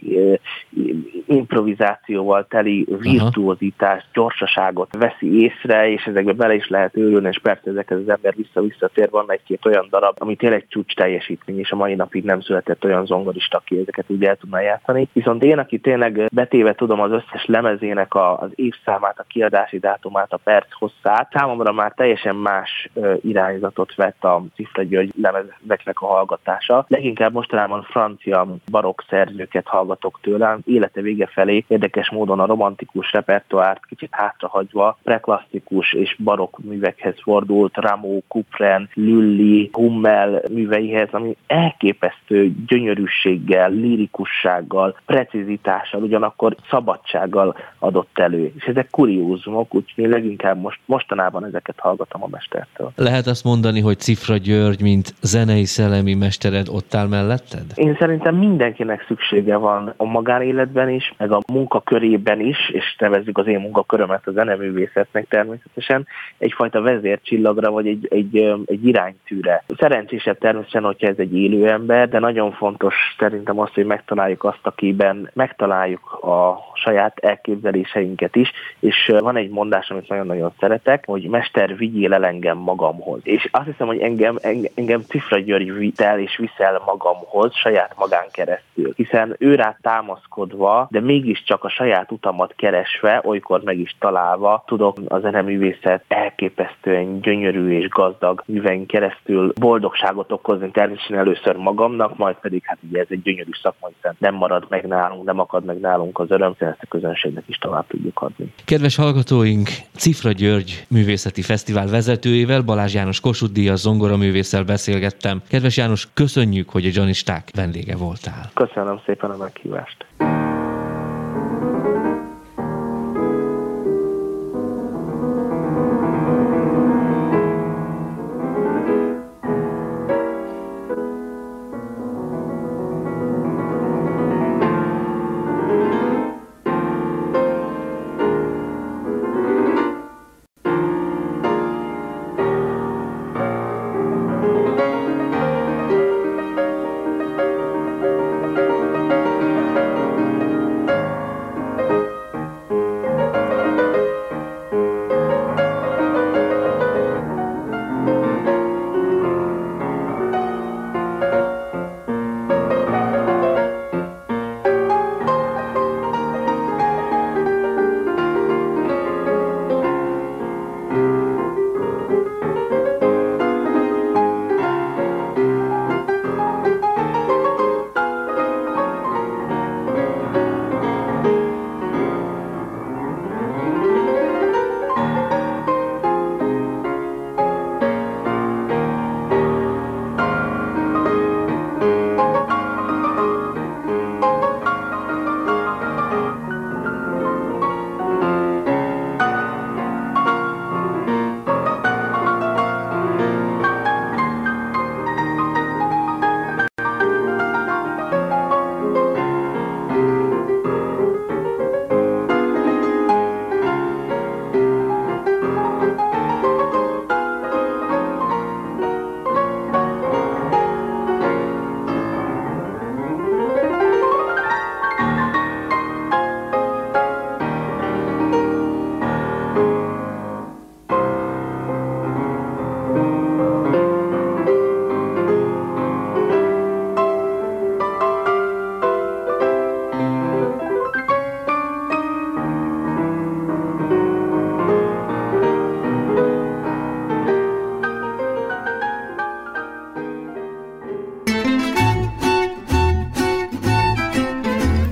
improvizációval teli virtuózitás, gyorsaságot veszi észre, és ezekbe bele is lehet őrülni, és persze ezekhez az ember visszatér. Van egy-két olyan darab, ami tényleg csúcs teljesítmény, és a mai napig nem született olyan zongorista, aki ezeket úgy el tudná játszani. Viszont én, aki tényleg betéve tudom az összes lemezének az évszámát, a kiadási dátumát, a perc hosszát, számomra már teljesen más irányzatot vett a Cifra György lemezeknek a hallgatása. Leginkább mostanában francia barokk szerzőket hallgatok tőle, élete vége felé érdekes módon a romantikus repertoárt kicsit hátrahagyva preklasszikus és barokk művekhez fordult, Rameau, Couperin, Lully, Hummel műveihez, ami elképesztő gyönyörűséggel, lirikussággal, precizitással, ugyanakkor szabadsággal adott elő. És ezek kuriózumok, úgyhogy leginkább mostanában ezeket hallgatom a mestertől. Lehet azt mondani, hogy Cifra György, mint zenei szellemi mestered ott áll melletted? Én szerintem mindenkinek szüksége van a magánéletben is, meg a munkakörében is, és nevezzük az én munkakörömet a zeneművészetnek természetesen, egyfajta vezércsillagra, vagy egy iránytűre. Szerencsésebb természetesen, hogyha ez egy élő ember, de nagyon fontos szerintem az, hogy megtaláljuk azt, akiben megtaláljuk a saját elképzeléseinket is, és van egy mondás, amit nagyon-nagyon szeretek, hogy mester, vigyél el engem magamhoz. És azt hiszem, hogy engem Cifra György vitel és viszel magamhoz saját magán keresztül, hiszen ő rá támaszkodva, de mégiscsak a saját utamat keresve, olykor meg is találva tudok a zeneművészet elképesztően gyönyörű és gazdag művein keresztül boldogságot okozni, természetesen először magamnak, majd pedig hát ugye ez egy gyönyörű szakma, hiszen nem marad meg nálunk, nem akad meg nálunk az öröm, ezt a közönségnek is tovább tudjuk adni. Kedves hallgatóink, Cifra György művészeti fesztivál vezetőjével, Balázs János Kossuth-díjas zongoraművésszel beszélgettem. Kedves János, köszönjük, hogy a Zsanisták vendége voltál. Köszönöm szépen a meghívást.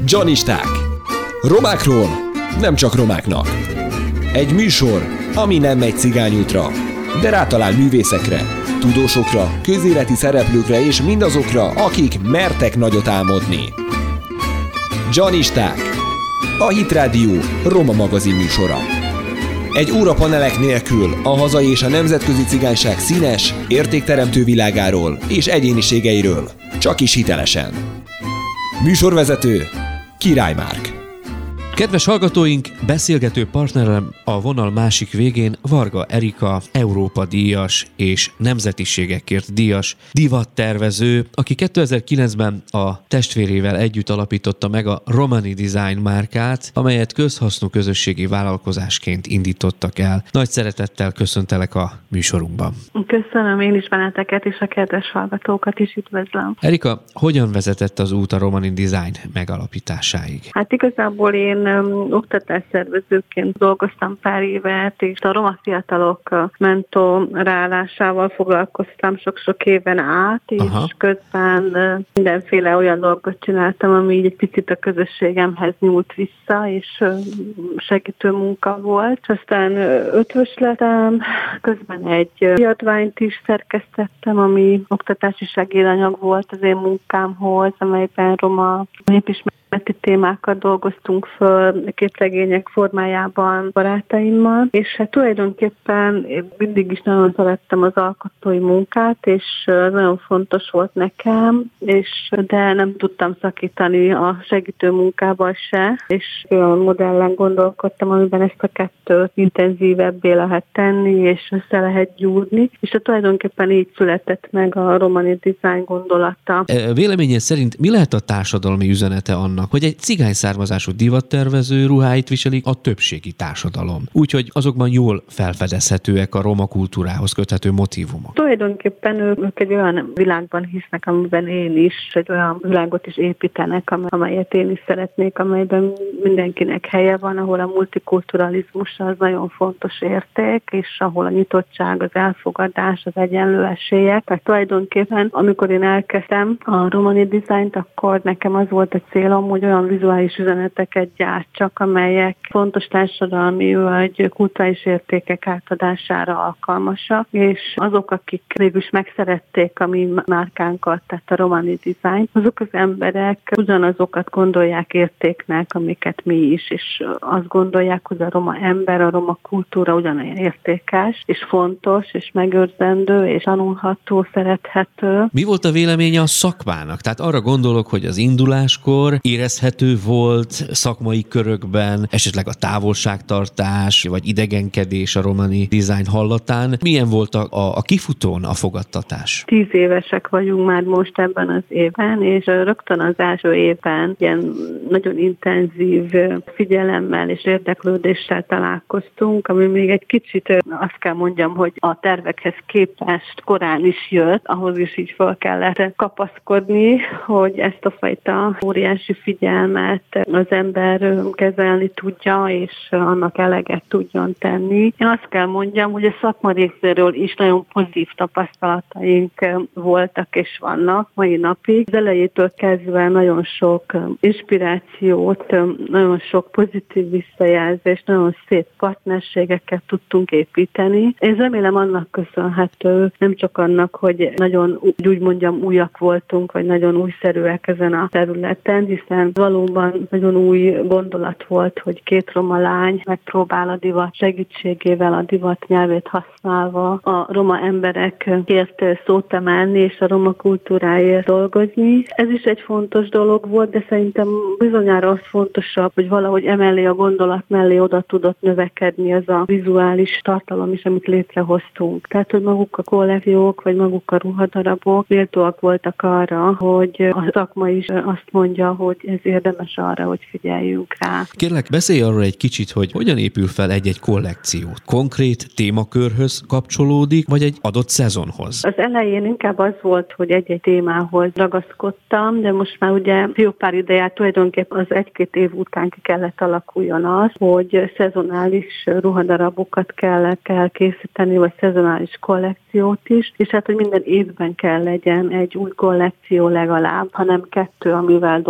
Janisták. Romákról nem csak romáknak. Egy műsor, ami nem megy cigányútra, de rátalál művészekre, tudósokra, közéleti szereplőkre és mindazokra, akik mertek nagyot álmodni. Janisták. A Hit Rádió roma magazin műsora. Egy óra panelek nélkül a hazai és a nemzetközi cigányság színes, értékteremtő világáról és egyéniségeiről, csak is hitelesen. Műsorvezető Király Márk. Kedves hallgatóink, beszélgető partnerem a vonal másik végén Varga Erika, Európa-díjas és nemzetiségekért díjas divattervező, aki 2009-ben a testvérével együtt alapította meg a Romani Design márkát, amelyet közhasznú közösségi vállalkozásként indítottak el. Nagy szeretettel köszöntelek a műsorunkban. Köszönöm én is benneteket, és a kedves hallgatókat is üdvözlöm. Erika, hogyan vezetett az út a Romani Design megalapításáig? Hát igazából én oktatásszervezőként dolgoztam pár évet, és a roma fiatalok mentorálásával foglalkoztam sok-sok éven át, és közben mindenféle olyan dolgot csináltam, ami így egy picit a közösségemhez nyúlt vissza, és segítő munka volt. Aztán ötvös lettem, közben egy kiadványt is szerkesztettem, ami oktatási segédanyag volt az én munkámhoz, amelyben roma népismereti témákat dolgoztunk föl képregények formájában barátaimmal, és hát tulajdonképpen én mindig is nagyon szerettem az alkotói munkát, és nagyon fontos volt nekem, de nem tudtam szakítani a segítő munkával se, és olyan modellen gondolkodtam, amiben ezt a kettőt intenzívebbé lehet tenni, és össze lehet gyúrni, és tulajdonképpen így született meg a Romani Design gondolata. Véleményed szerint mi lehet a társadalmi üzenete annak, hogy egy cigány származású divattervező ruháit viselik a többségi társadalom? Úgyhogy azokban jól felfedezhetőek a roma kultúrához köthető motívumok. Tulajdonképpen ők egy olyan világban hisznek, amiben én is, egy olyan világot is építenek, amelyet én is szeretnék, amelyben mindenkinek helye van, ahol a multikulturalizmus az nagyon fontos érték, és ahol a nyitottság, az elfogadás, az egyenlő esélyek. Tehát tulajdonképpen, amikor én elkezdtem a Romani Designt, akkor nekem az volt a célom, hogy olyan vizuális üzeneteket gyártsak, amelyek fontos társadalmi vagy kulturális értékek átadására alkalmasak, és azok, akik végülis megszerették a mi márkánkat, tehát a Romani Design, azok az emberek ugyanazokat gondolják értéknek, amiket mi is, és azt gondolják, hogy a roma ember, a roma kultúra ugyanolyan értékes, és fontos, és megőrzendő, és tanulható, szerethető. Mi volt a véleménye a szakmának? Tehát arra gondolok, hogy az induláskor érezhető volt szakmai körökben, esetleg a távolságtartás, vagy idegenkedés a Romani Design hallatán. Milyen volt a kifutón a fogadtatás? 10 évesek vagyunk már most ebben az évben, és rögtön az első évben ilyen nagyon intenzív figyelemmel és érdeklődéssel találkoztunk, ami még egy kicsit azt kell mondjam, hogy a tervekhez képest korán is jött, ahhoz is így fel kellett kapaszkodni, hogy ezt a fajta óriási figyelmet az ember kezelni tudja, és annak eleget tudjon tenni. Én azt kell mondjam, hogy a szakma részéről is nagyon pozitív tapasztalataink voltak és vannak mai napig. Az elejétől kezdve nagyon sok inspirációt, nagyon sok pozitív visszajelzést, nagyon szép partnerségeket tudtunk építeni. Én remélem annak köszönhető, nem csak annak, hogy nagyon úgy mondjam újak voltunk, vagy nagyon újszerűek ezen a területen, hiszen valóban nagyon új gondolat volt, hogy 2 roma lány megpróbál a divat segítségével, a divat nyelvét használva a roma emberekért szót emelni, és a roma kultúráért dolgozni. Ez is egy fontos dolog volt, de szerintem bizonyára az fontosabb, hogy valahogy emellé a gondolat mellé oda tudott növekedni az a vizuális tartalom is, amit létrehoztunk. Tehát, hogy maguk a kollekciók, vagy maguk a ruhadarabok méltóak voltak arra, hogy a szakma is azt mondja, hogy ez érdemes arra, hogy figyeljünk rá. Kérlek, beszélj arról egy kicsit, hogy hogyan épül fel egy-egy kollekció. Konkrét témakörhöz kapcsolódik, vagy egy adott szezonhoz? Az elején inkább az volt, hogy egy-egy témához ragaszkodtam, de most már ugye jó pár ideját tulajdonképpen az 1-2 év után ki kellett alakuljon az, hogy szezonális ruhadarabokat kell készíteni, vagy szezonális kollekciót is, és hát, hogy minden évben kell legyen egy új kollekció legalább, hanem 2, amivel dolgozzunk.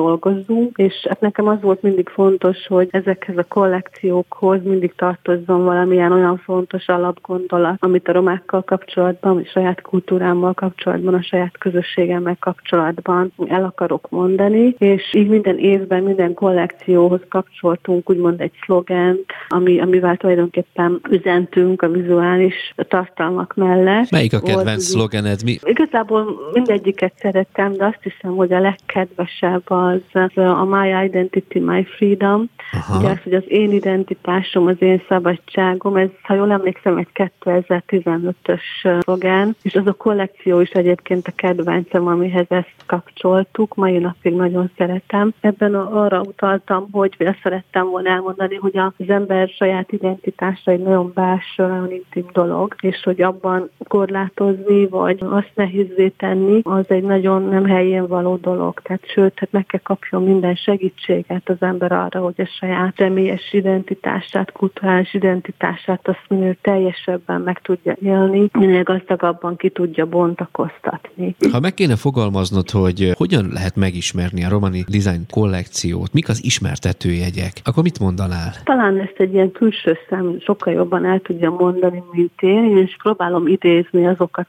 foglalkozunk, és hát nekem az volt mindig fontos, hogy ezekhez a kollekciókhoz mindig tartozzon valamilyen olyan fontos alapgondolat, amit a romákkal kapcsolatban, a saját kultúrámmal kapcsolatban, a saját közösségemmel kapcsolatban el akarok mondani, és így minden évben, minden kollekcióhoz kapcsoltunk úgymond egy szlogent, amivel tulajdonképpen üzentünk a vizuális tartalmak mellett. Melyik a kedvenc szlogened? Igazából mindegyiket szerettem, de azt hiszem, hogy a legkedvesebb az a My Identity, My Freedom. Ugye az, hogy az én identitásom, az én szabadságom, ez, ha jól emlékszem, egy 2015-ös szlogen, és az a kollekció is egyébként a kedvencem, amihez ezt kapcsoltuk, mai napig nagyon szeretem. Ebben arra utaltam, hogy azt szerettem volna elmondani, hogy az ember saját identitása egy nagyon belső, nagyon intim dolog, és hogy abban korlátozni, vagy azt nehézzé tenni, az egy nagyon nem helyén való dolog. Tehát sőt, meg kell kapjon minden segítséget az ember arra, hogy a saját személyes identitását, kulturális identitását azt minél teljesebben meg tudja élni, minél gazdagabban ki tudja bontakoztatni. Ha meg kéne fogalmaznod, hogy hogyan lehet megismerni a Romani Design kollekciót, mik az ismertetőjegyek, akkor mit mondanál? Talán ezt egy ilyen külső szem sokkal jobban el tudja mondani, mint én, és próbálom idézni azokat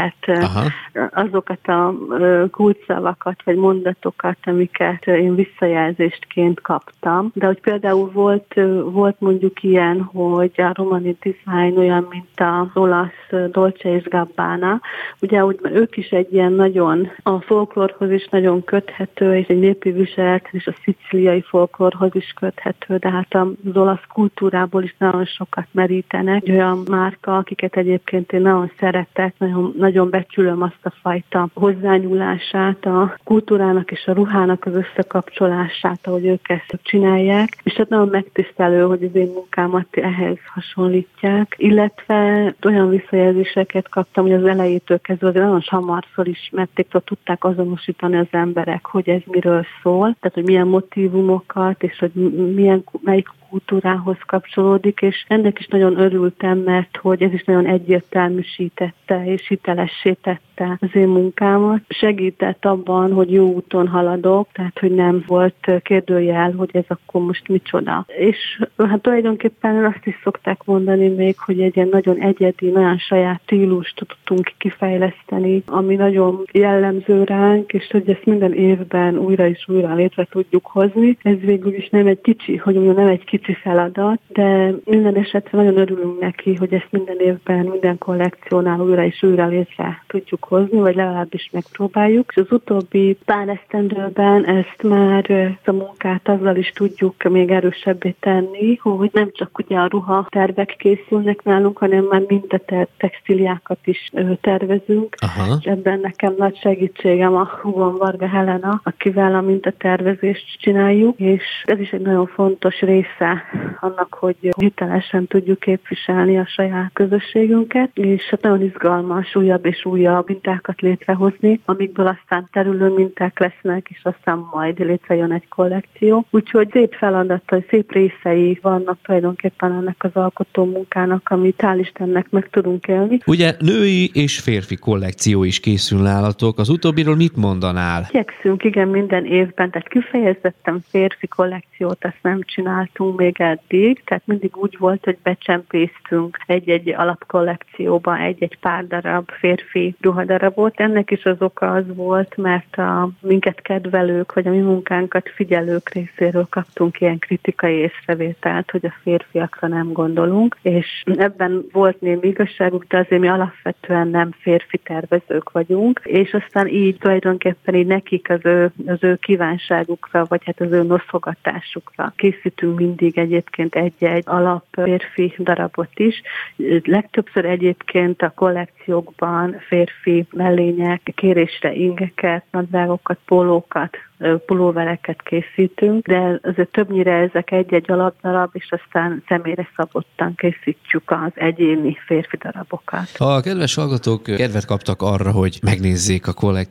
a kulcsszavakat, vagy mondatokat, amiket én visszajelzésként kaptam. De hogy például volt mondjuk ilyen, hogy a Romani Design olyan, mint az olasz Dolce és Gabbana. Ugye úgy, ők is egy ilyen nagyon a folklórhoz is nagyon köthető, és egy népi viselet, és a szicíliai folklórhoz is köthető, de hát az olasz kultúrából is nagyon sokat merítenek. Olyan márka, akiket egyébként én nagyon szeretek, nagyon, nagyon becsülöm azt a fajta hozzányúlását a kultúrának és a ruhának az összekapcsolását, ahogy ők ezt csinálják, és hát nagyon megtisztelő, hogy az én munkámat ehhez hasonlítják, illetve olyan visszajelzéseket kaptam, hogy az elejétől kezdve azért nagyon hamarszor ismerték, tudták azonosítani az emberek, hogy ez miről szól, tehát hogy milyen motívumokat, és hogy melyik kultúrához kapcsolódik, és ennek is nagyon örültem, mert hogy ez is nagyon egyértelműsítette és hitelessé tette az én munkámat. Segített abban, hogy jó úton haladok, tehát hogy nem volt kérdőjel, hogy ez akkor most micsoda. És hát tulajdonképpen azt is szokták mondani még, hogy egy ilyen nagyon egyedi, nagyon saját stílust tudtunk kifejleszteni, ami nagyon jellemző ránk, és hogy ezt minden évben újra és újra létre tudjuk hozni. Ez végül is nem egy kicsi feladat, de minden esetre nagyon örülünk neki, hogy ezt minden évben, minden kollekciónál újra és újra létre tudjuk hozni, vagy legalábbis megpróbáljuk. És az utóbbi pár esztendőben ezt már a munkát azzal is tudjuk még erősebbé tenni, hogy nem csak ugye a ruha tervek készülnek nálunk, hanem már textíliákat is tervezünk. Aha. És ebben nekem nagy segítségem a húgom Varga Helena, akivel a mintatervezést csináljuk, és ez is egy nagyon fontos része annak, hogy hitelesen tudjuk képviselni a saját közösségünket, és hát nagyon izgalmas újabb és újabb mintákat létrehozni, amikből aztán terülő minták lesznek, és aztán majd létrejön egy kollekció. Úgyhogy szép feladata, szép részei vannak tulajdonképpen ennek az alkotó munkának, amit hál' Istennek meg tudunk élni. Ugye női és férfi kollekció is készül nálatok, az utóbbiról mit mondanál? Igyekszünk, igen, minden évben, tehát kifejezetten férfi kollekciót ezt nem csináltunk még eddig, tehát mindig úgy volt, hogy becsempésztünk egy-egy alapkollekcióba egy-egy pár darab férfi ruhadarabot. Ennek is az oka az volt, mert a minket kedvelők, vagy a mi munkánkat figyelők részéről kaptunk ilyen kritikai észrevételt, hogy a férfiakra nem gondolunk, és ebben volt némi igazságuk, de azért mi alapvetően nem férfi tervezők vagyunk, és aztán így tulajdonképpen így nekik az ő kívánságukra, vagy hát az ő noszogatásukra készítünk mindig egyébként egy-egy alap férfi darabot is. Legtöbbször egyébként a kollekciókban férfi mellények, kérésre ingeket, nadrágokat, pólókat, pulóvereket készítünk, de azért többnyire ezek egy-egy alapdarab, és aztán személyre szabottan készítjük az egyéni férfi darabokat. A kedves hallgatók kedvet kaptak arra, hogy megnézzék a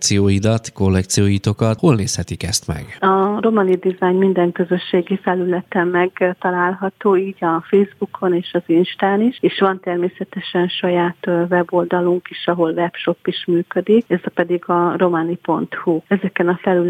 kollekcióitokat, hol nézhetik ezt meg? A Romani Design minden közösségi felületen megtalálható, így a Facebookon és az Instán is, és van természetesen saját weboldalunk is, ahol webshop is működik, ez pedig a romani.hu. Ezeken a felületeken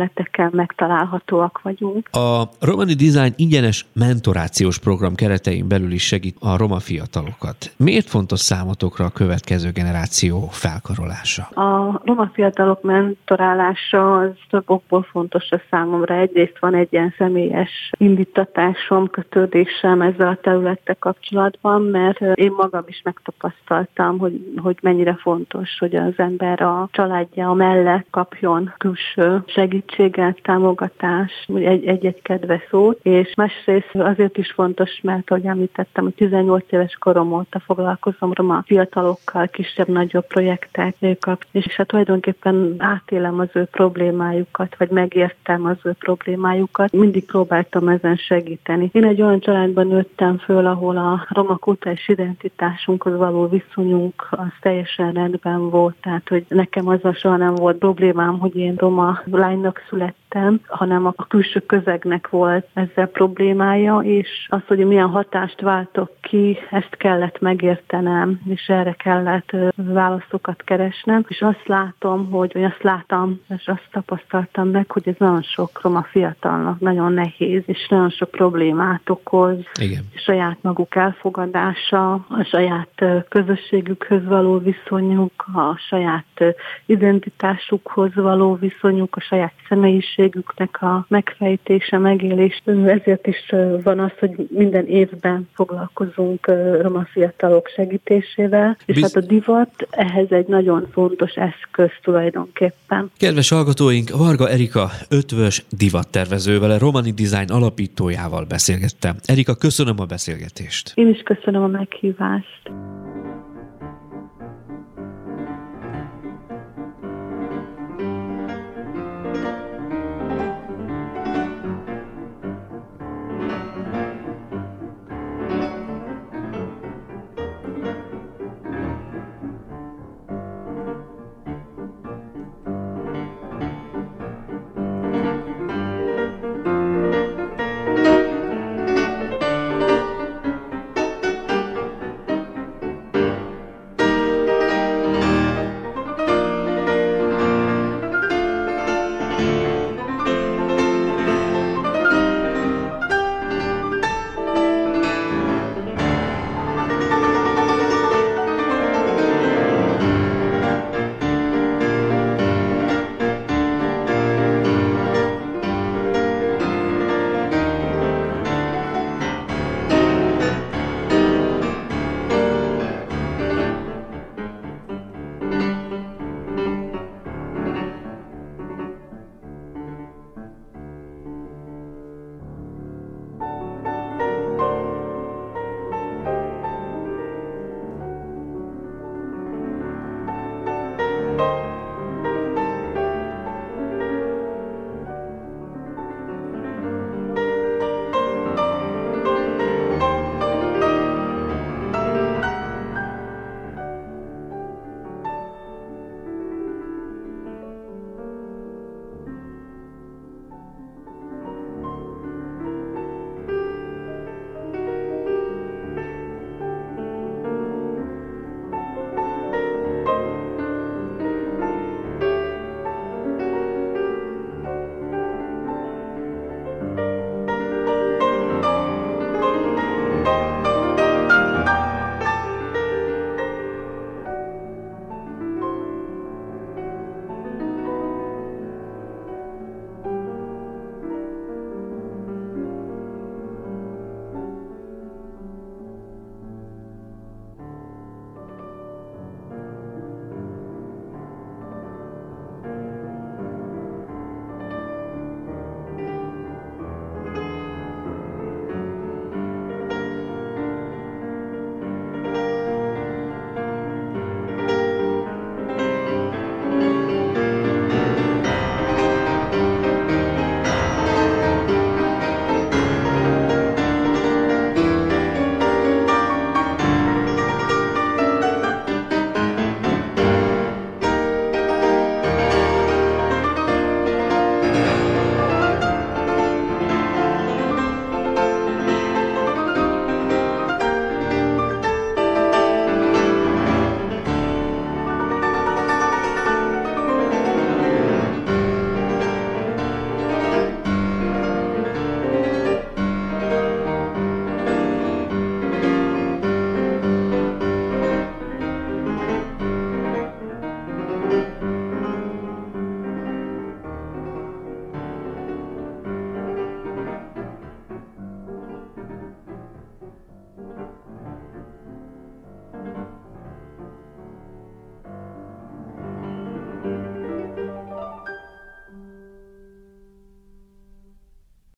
helyeken megtalálhatóak vagyunk. A Romani Design ingyenes mentorációs program keretein belül is segít a roma fiatalokat. Miért fontos számotokra a következő generáció felkarolása? A roma fiatalok mentorálása az több okból fontos a számomra. Egyrészt van egy ilyen személyes indítatásom, kötődésem ezzel a területtel kapcsolatban, mert én magam is megtapasztaltam, hogy mennyire fontos, hogy az ember a családja mellett kapjon külső segítséget, támogatást, egy-egy kedves szót, és másrészt azért is fontos, mert ahogy említettem, hogy 18 éves korom óta foglalkozom roma fiatalokkal, kisebb-nagyobb projektekkel, és hát tulajdonképpen átélem az ő problémájukat, vagy megértem az ő problémájukat. Mindig próbáltam ezen segíteni. Én egy olyan családban nőttem föl, ahol a roma kulturális identitásunkhoz való viszonyunk az teljesen rendben volt, tehát hogy nekem azzal soha nem volt problémám, hogy én roma lánynak születtem, hanem a külső közegnek volt ezzel problémája, és az, hogy milyen hatást váltok ki, ezt kellett megértenem, és erre kellett válaszokat keresnem, és azt látom, és azt tapasztaltam meg, hogy ez nagyon sok roma fiatalnak nagyon nehéz, és nagyon sok problémát okoz. Igen. A saját maguk elfogadása, a saját közösségükhöz való viszonyuk, a saját identitásukhoz való viszonyuk, a saját személyiségüknek a megfejtése, megélés. Ezért is van az, hogy minden évben foglalkozunk roma fiatalok segítésével, és hát a divat ehhez egy nagyon fontos eszköz tulajdonképpen. Kedves hallgatóink, Varga Erika ötvös divattervezővel, a Romani Design alapítójával beszélgettem. Erika, köszönöm a beszélgetést. Én is köszönöm a meghívást.